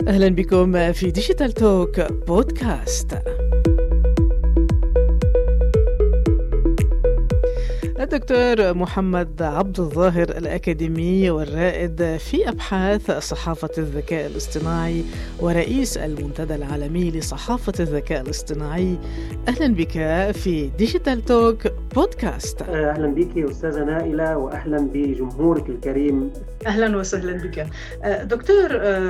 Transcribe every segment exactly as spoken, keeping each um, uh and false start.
أهلا بكم في ديجيتال توك بودكاست. الدكتور محمد عبد الظاهر الأكاديمي والرائد في أبحاث صحافة الذكاء الاصطناعي ورئيس المنتدى العالمي لصحافة الذكاء الاصطناعي. أهلا بك في ديجيتال توك بودكاست. أهلا بك أستاذة نائلة، وأهلا بجمهورك الكريم. أهلا وسهلا بك دكتور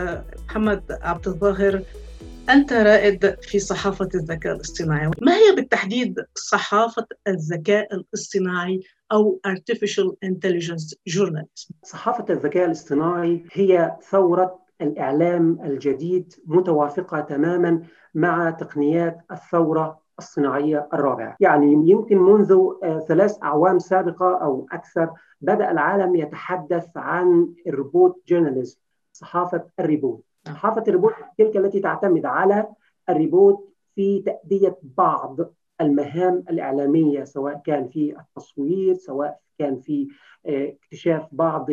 محمد عبد الظاهر. أنت رائد في صحافة الذكاء الاصطناعي. ما هي بالتحديد صحافة الذكاء الاصطناعي أو Artificial Intelligence Journalism؟ صحافة الذكاء الاصطناعي هي ثورة الإعلام الجديد، متوافقة تماما مع تقنيات الثورة الصناعية الرابعة. يعني يمكن منذ ثلاث أعوام سابقة أو أكثر بدأ العالم يتحدث عن الروبوت جورناليزم، صحافة الريبوت. صحافة الريبوت تلك التي تعتمد على الريبوت في تأدية بعض المهام الإعلامية، سواء كان في التصوير، سواء كان في اكتشاف بعض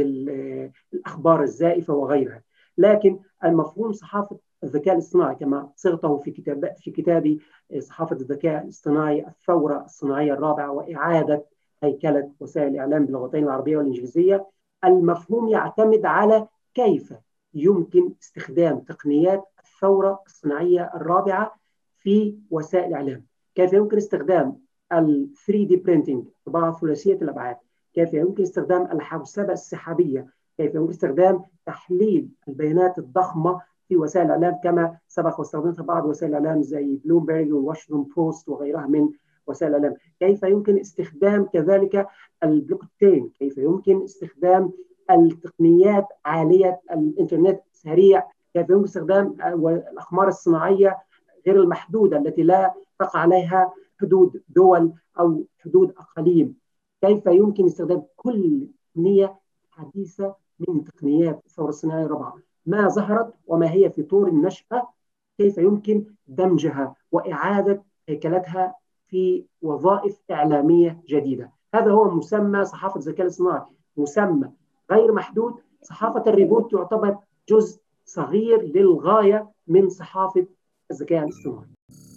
الأخبار الزائفة وغيرها. لكن المفهوم صحافة الذكاء الاصطناعي كما صيغته في كتاب في كتابي صحافة الذكاء الاصطناعي الثورة الصناعية الرابعة وإعادة هيكلة وسائل الإعلام باللغتين العربية والإنجليزية، المفهوم يعتمد على كيف يمكن استخدام تقنيات الثورة الصناعية الرابعة في وسائل الإعلام. كيف يمكن استخدام ال ثري دي printing، طباعة ثلاثية الأبعاد، كيف يمكن استخدام الحوسبة السحابية، كيف يمكن استخدام تحليل البيانات الضخمة في وسائل الإعلام كما سبق واستخدمتها بعض وسائل الإعلام زي بلومبرج وواشنطن بوست وغيرها من وسائل الإعلام. كيف يمكن استخدام كذلك البلوك تشين، كيف يمكن استخدام التقنيات عالية الإنترنت سريع، كيف يمكن استخدام الأقمار الصناعية غير المحدودة التي لا تقع عليها حدود دول أو حدود أقاليم. كيف يمكن استخدام كل تقنية حديثة من تقنيات الثورة الصناعية الرابعة، ما ظهرت وما هي في طور النشأة، كيف يمكن دمجها وإعادة هيكلتها في وظائف إعلامية جديدة. هذا هو مسمى صحافة الذكاء الاصطناعي، مسمى غير محدود. صحافة الريبوت تعتبر جزء صغير للغاية من صحافة الذكاء الاصطناعي.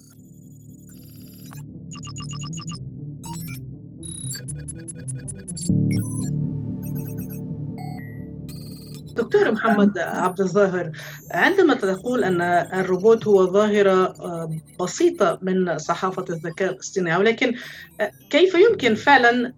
دكتور محمد عبد الظاهر، عندما تقول أن الروبوت هو ظاهرة بسيطة من صحافة الذكاء الاصطناعي، ولكن كيف يمكن فعلا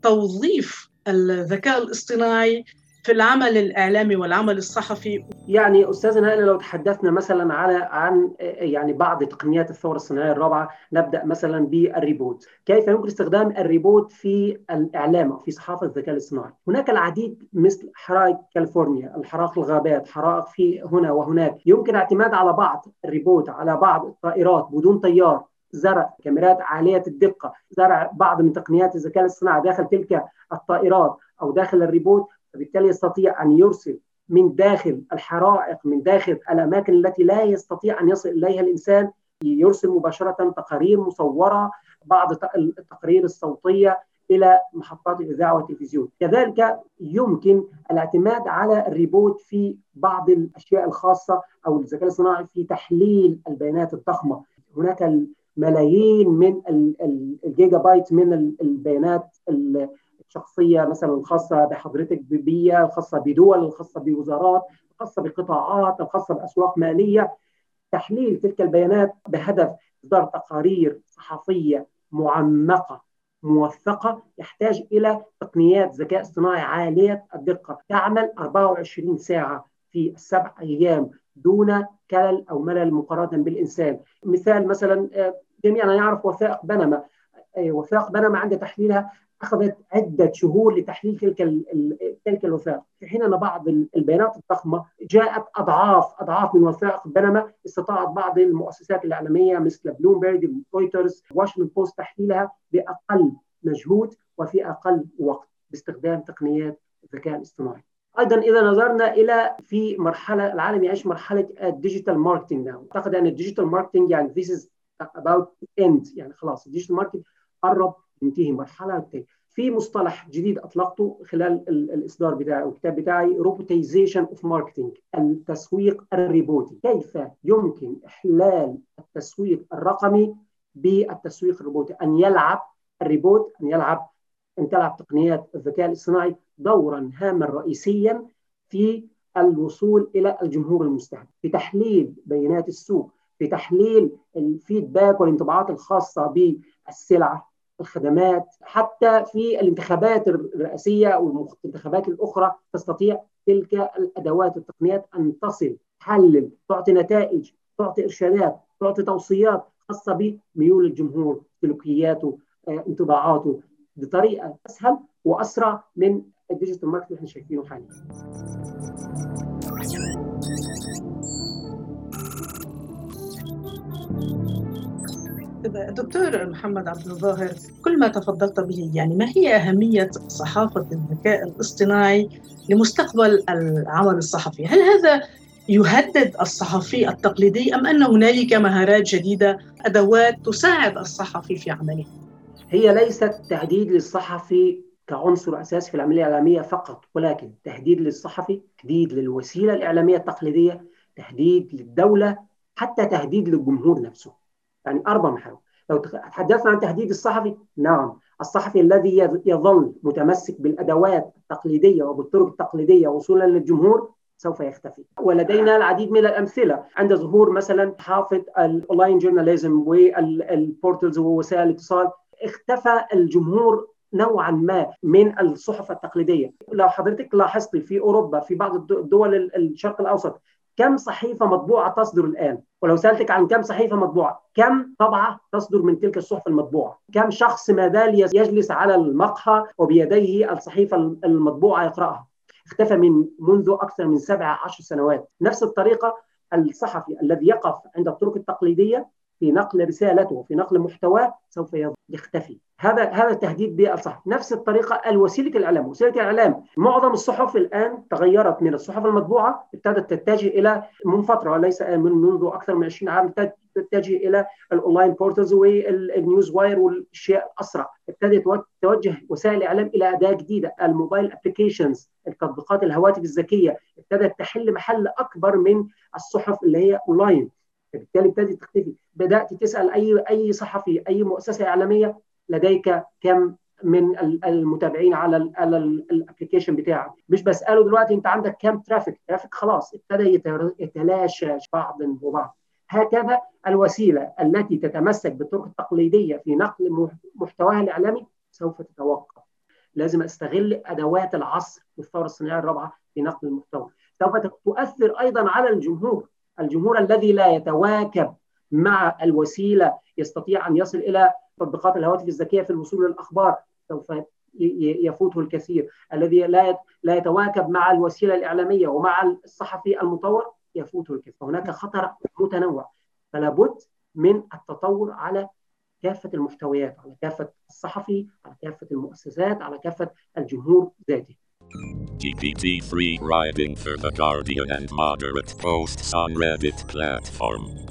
توظيف الذكاء الاصطناعي في العمل الإعلامي والعمل الصحفي؟ يعني أستاذنا نائلة، لو تحدثنا مثلا على عن يعني بعض تقنيات الثورة الصناعية الرابعة، نبدأ مثلا بالريبوت. كيف يمكن استخدام الريبوت في الإعلام أو في صحافة الذكاء الاصطناعي؟ هناك العديد مثل حرائق كاليفورنيا، الحرائق الغابات، حرائق في هنا وهناك. يمكن اعتماد على بعض الريبوت على بعض الطائرات بدون طيار، زرع كاميرات عالية الدقة، زرع بعض من تقنيات الذكاء الاصطناعي داخل تلك الطائرات أو داخل الريبوت، فبالتالي يستطيع أن يرسل من داخل الحرائق، من داخل الأماكن التي لا يستطيع أن يصل إليها الإنسان، يرسل مباشرة تقارير مصورة، بعض التقارير الصوتية إلى محطات الإذاعة والتلفزيون. كذلك يمكن الاعتماد على الريبوت في بعض الأشياء الخاصة أو الذكاء الصناعي في تحليل البيانات الضخمة. هناك الملايين من الجيجا بايت من البيانات الشخصية، مثلا الخاصة بحضرتك ببيئة، الخاصة بدول، الخاصة بوزارات، الخاصة بقطاعات، الخاصة بأسواق مالية. تحليل تلك البيانات بهدف إصدار تقارير صحفية معمقة موثقة يحتاج إلى تقنيات ذكاء اصطناعي عالية الدقة، تعمل أربعة وعشرين ساعة في السبع أيام دون كلل أو ملل مقارنة بالإنسان. مثال مثلا جميعنا يعرف وثائق بنما. وثائق بنما عند تحليلها أخذت عدة شهور لتحليل تلك تلك الوثائق، في حين أن بعض البيانات الضخمة جاءت أضعاف أضعاف من وثائق بنما. استطاعت بعض المؤسسات الإعلامية مثل بلومبرج، رويترز، واشنطن بوست تحليلها بأقل مجهود وفي أقل وقت باستخدام تقنيات الذكاء الاصطناعي. أيضا إذا نظرنا إلى في مرحلة العالم يعيش مرحلة الديجيتال ماركتينج. أعتقد أن الديجيتال ماركتينج يعني this is about end، يعني خلاص الديجيتال ماركتينج قرب ينتهي مرحلة. في مصطلح جديد أطلقته خلال الإصدار بتاعي والكتاب بتاعي، روبوتيزيشن اوف ماركتينج، التسويق الروبوتي. كيف يمكن إحلال التسويق الرقمي بالتسويق الروبوتي؟ أن يلعب الروبوت أن يلعب أن تلعب تقنيات الذكاء الاصطناعي دورا هاما رئيسيا في الوصول إلى الجمهور المستهدف، في تحليل بيانات السوق، في تحليل الفيدباك والانطباعات الخاصة بالسلعة، الخدمات، حتى في الانتخابات الرئاسية والانتخابات الأخرى. تستطيع تلك الأدوات والتقنيات أن تصل، تحلل، تعطي نتائج، تعطي إرشادات، تعطي توصيات خاصة بميول الجمهور، سلوكياته، انطباعاته، بطريقة أسهل وأسرع من الديجيتال ماركتنج اللي احنا شايفينه حاليا. دكتور محمد عبد الظاهر، كل ما تفضلت به، يعني ما هي أهمية صحافة الذكاء الاصطناعي لمستقبل العمل الصحفي؟ هل هذا يهدد الصحفي التقليدي أم أن هنالك مهارات جديدة، أدوات تساعد الصحفي في عمله؟ هي ليست تهديد للصحفي كعنصر أساسي في العملية الإعلامية فقط، ولكن تهديد للصحفي، تهديد للوسيلة الإعلامية التقليدية، تهديد للدولة، حتى تهديد للجمهور نفسه. يعني أربع محاور. لو تحدثنا عن تهديد الصحفي، نعم، الصحفي الذي يظل متمسك بالأدوات التقليدية وبالطرق التقليدية وصولا للجمهور سوف يختفي. ولدينا العديد من الأمثلة عند ظهور مثلا صحافة الأونلاين جورناليزم والبورتلز ووسائل الاتصال. اختفى الجمهور نوعا ما من الصحف التقليدية. لو حضرتك لاحظت في أوروبا، في بعض الدول الشرق الأوسط، كم صحيفة مطبوعة تصدر الآن؟ ولو سألتك عن كم صحيفة مطبوعة، كم طبعة تصدر من تلك الصحف المطبوعة؟ كم شخص ما زال يجلس على المقهى وبيديه الصحيفة المطبوعة يقرأها؟ اختفى من منذ أكثر من سبع عشر سنوات. نفس الطريقة الصحفي الذي يقف عند الطرق التقليدية في نقل رسالته وفي نقل محتواه سوف يختفي. هذا هذا التهديد بالصحف. نفس الطريقه الوسيله الاعلام، وسيله الاعلام معظم الصحف الان تغيرت من الصحف المطبوعه، ابتدت تتجه الى من فتره، وليس من منذ اكثر من عشرين عام، تتجه الى الاونلاين بورتالز والنيوز واير والاشياء الاسرع. ابتدت توجه وسائل الاعلام الى اداه جديده، الموبايل ابلكيشنز، التطبيقات الهواتف الذكيه، ابتدت تحل محل اكبر من الصحف اللي هي اونلاين. بالتالي ابتدت تختفي. بدات تسال اي اي صحفي، اي مؤسسه اعلاميه، لديك كم من المتابعين على على الابلكيشن بتاعك؟ مش بساله دلوقتي انت عندك كم ترافيك، ترافيك خلاص ابتدى يتلاشى بعض وبعض. هكذا الوسيله التي تتمسك بالطرق التقليديه في نقل محتواها الاعلامي سوف تتوقف. لازم استغل ادوات العصر والثوره الصناعيه الرابعه في نقل المحتوى. سوف تؤثر ايضا على الجمهور، الجمهور الذي لا يتواكب مع الوسيله يستطيع ان يصل الى تطبيقات الهواتف الذكيه في الوصول للاخبار، سوف يفوته الكثير. الذي لا لا يتواكب مع الوسيله الاعلاميه ومع الصحفي المطور يفوته الكثير. هناك خطر متنوع، فلا بد من التطور على كافه المحتويات، على كافه الصحفي، على كافه المؤسسات، على كافه الجمهور ذاته. جي بي تي free writing for the Guardian and moderate posts on Reddit platform.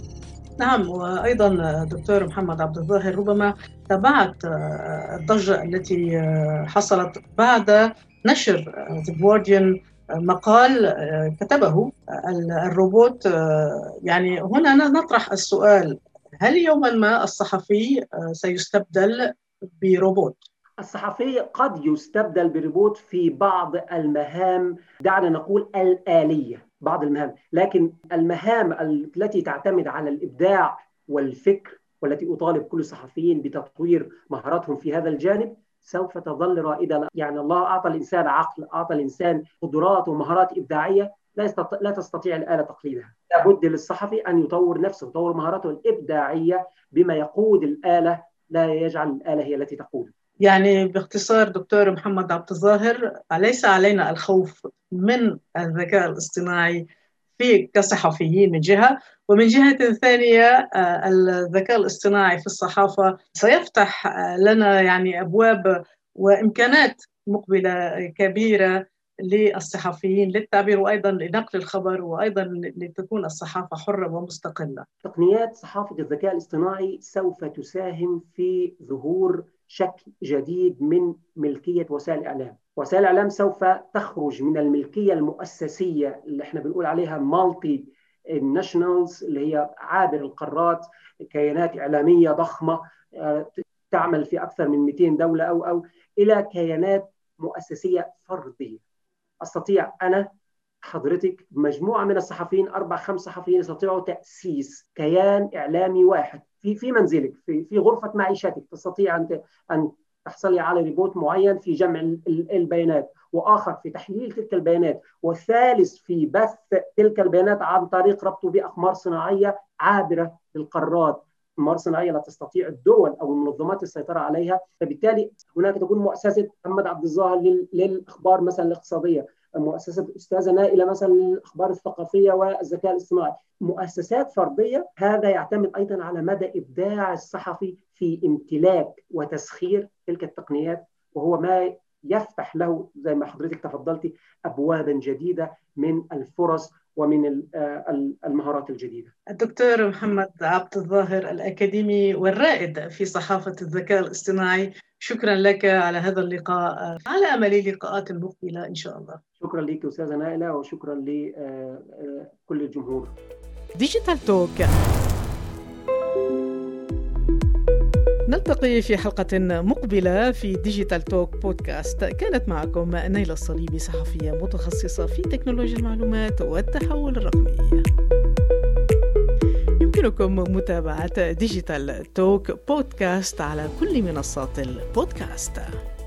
نعم، وأيضا دكتور محمد عبد الظاهر، ربما تابعت الضجة التي حصلت بعد نشر The Guardian مقال كتبه الروبوت. يعني هنا نطرح السؤال، هل يوما ما الصحفي سيستبدل بروبوت؟ الصحفي قد يستبدل بروبوت في بعض المهام، دعنا نقول الآلية، بعض المهام، لكن المهام التي تعتمد على الإبداع والفكر والتي أطالب كل الصحفيين بتطوير مهاراتهم في هذا الجانب سوف تظل رائدة. يعني الله أعطى الإنسان عقل، أعطى الإنسان قدرات ومهارات إبداعية لا تستطيع الآلة تقليدها. لابد للصحفي أن يطور نفسه، يطور مهاراته الإبداعية بما يقود الآلة، لا يجعل الآلة هي التي تقود. يعني باختصار دكتور محمد عبد الظاهر، ليس علينا الخوف من الذكاء الاصطناعي في كصحفيين من جهة، ومن جهة ثانية الذكاء الاصطناعي في الصحافة سيفتح لنا يعني أبواب وإمكانات مقبلة كبيرة للصحفيين للتعبير وأيضا لنقل الخبر، وأيضا لتكون الصحافة حرة ومستقلة. تقنيات صحافة الذكاء الاصطناعي سوف تساهم في ظهور شكل جديد من ملكية وسائل الإعلام. وسائل الإعلام سوف تخرج من الملكية المؤسسية اللي احنا بنقول عليها مالتي ناشونالز، اللي هي عابر القارات، كيانات إعلامية ضخمة تعمل في أكثر من مئتين دولة أو أو إلى كيانات مؤسسية فردية. أستطيع أنا حضرتك مجموعة من الصحفيين، أربع خمس صحفيين، يستطيعوا تأسيس كيان إعلامي واحد في في منزلك، في في غرفة معيشتك. تستطيع أن أن تحصلي على ريبوت معين في جمع البيانات، وآخر في تحليل تلك البيانات، والثالث في بث تلك البيانات عن طريق ربطه بأقمار صناعية عابرة للقارات، أقمار صناعية لا تستطيع الدول أو المنظمات السيطرة عليها. فبالتالي هناك تكون مؤسسة محمد عبد الظاهر للأخبار مثلا الاقتصادية، مؤسسة الأستاذة نائلة مثلا للأخبار الثقافية والذكاء الاصطناعي، مؤسسات فردية. هذا يعتمد أيضا على مدى إبداع الصحفي في امتلاك وتسخير تلك التقنيات، وهو ما يفتح له زي ما حضرتك تفضلتي أبوابا جديدة من الفرص ومن المهارات الجديدة. الدكتور محمد عبد الظاهر، الأكاديمي والرائد في صحافة الذكاء الاصطناعي، شكرا لك على هذا اللقاء، على أمل لقاءات مقبلة إن شاء الله. شكرا لك أستاذة نائلة، وشكرا لكل الجمهور. ديجيتال توك، نلتقي في حلقة مقبلة في ديجيتال توك بودكاست. كانت معكم نيلة الصليبي، صحفية متخصصة في تكنولوجيا المعلومات والتحول الرقمي. يمكنكم متابعة ديجيتال توك بودكاست على كل منصات البودكاست.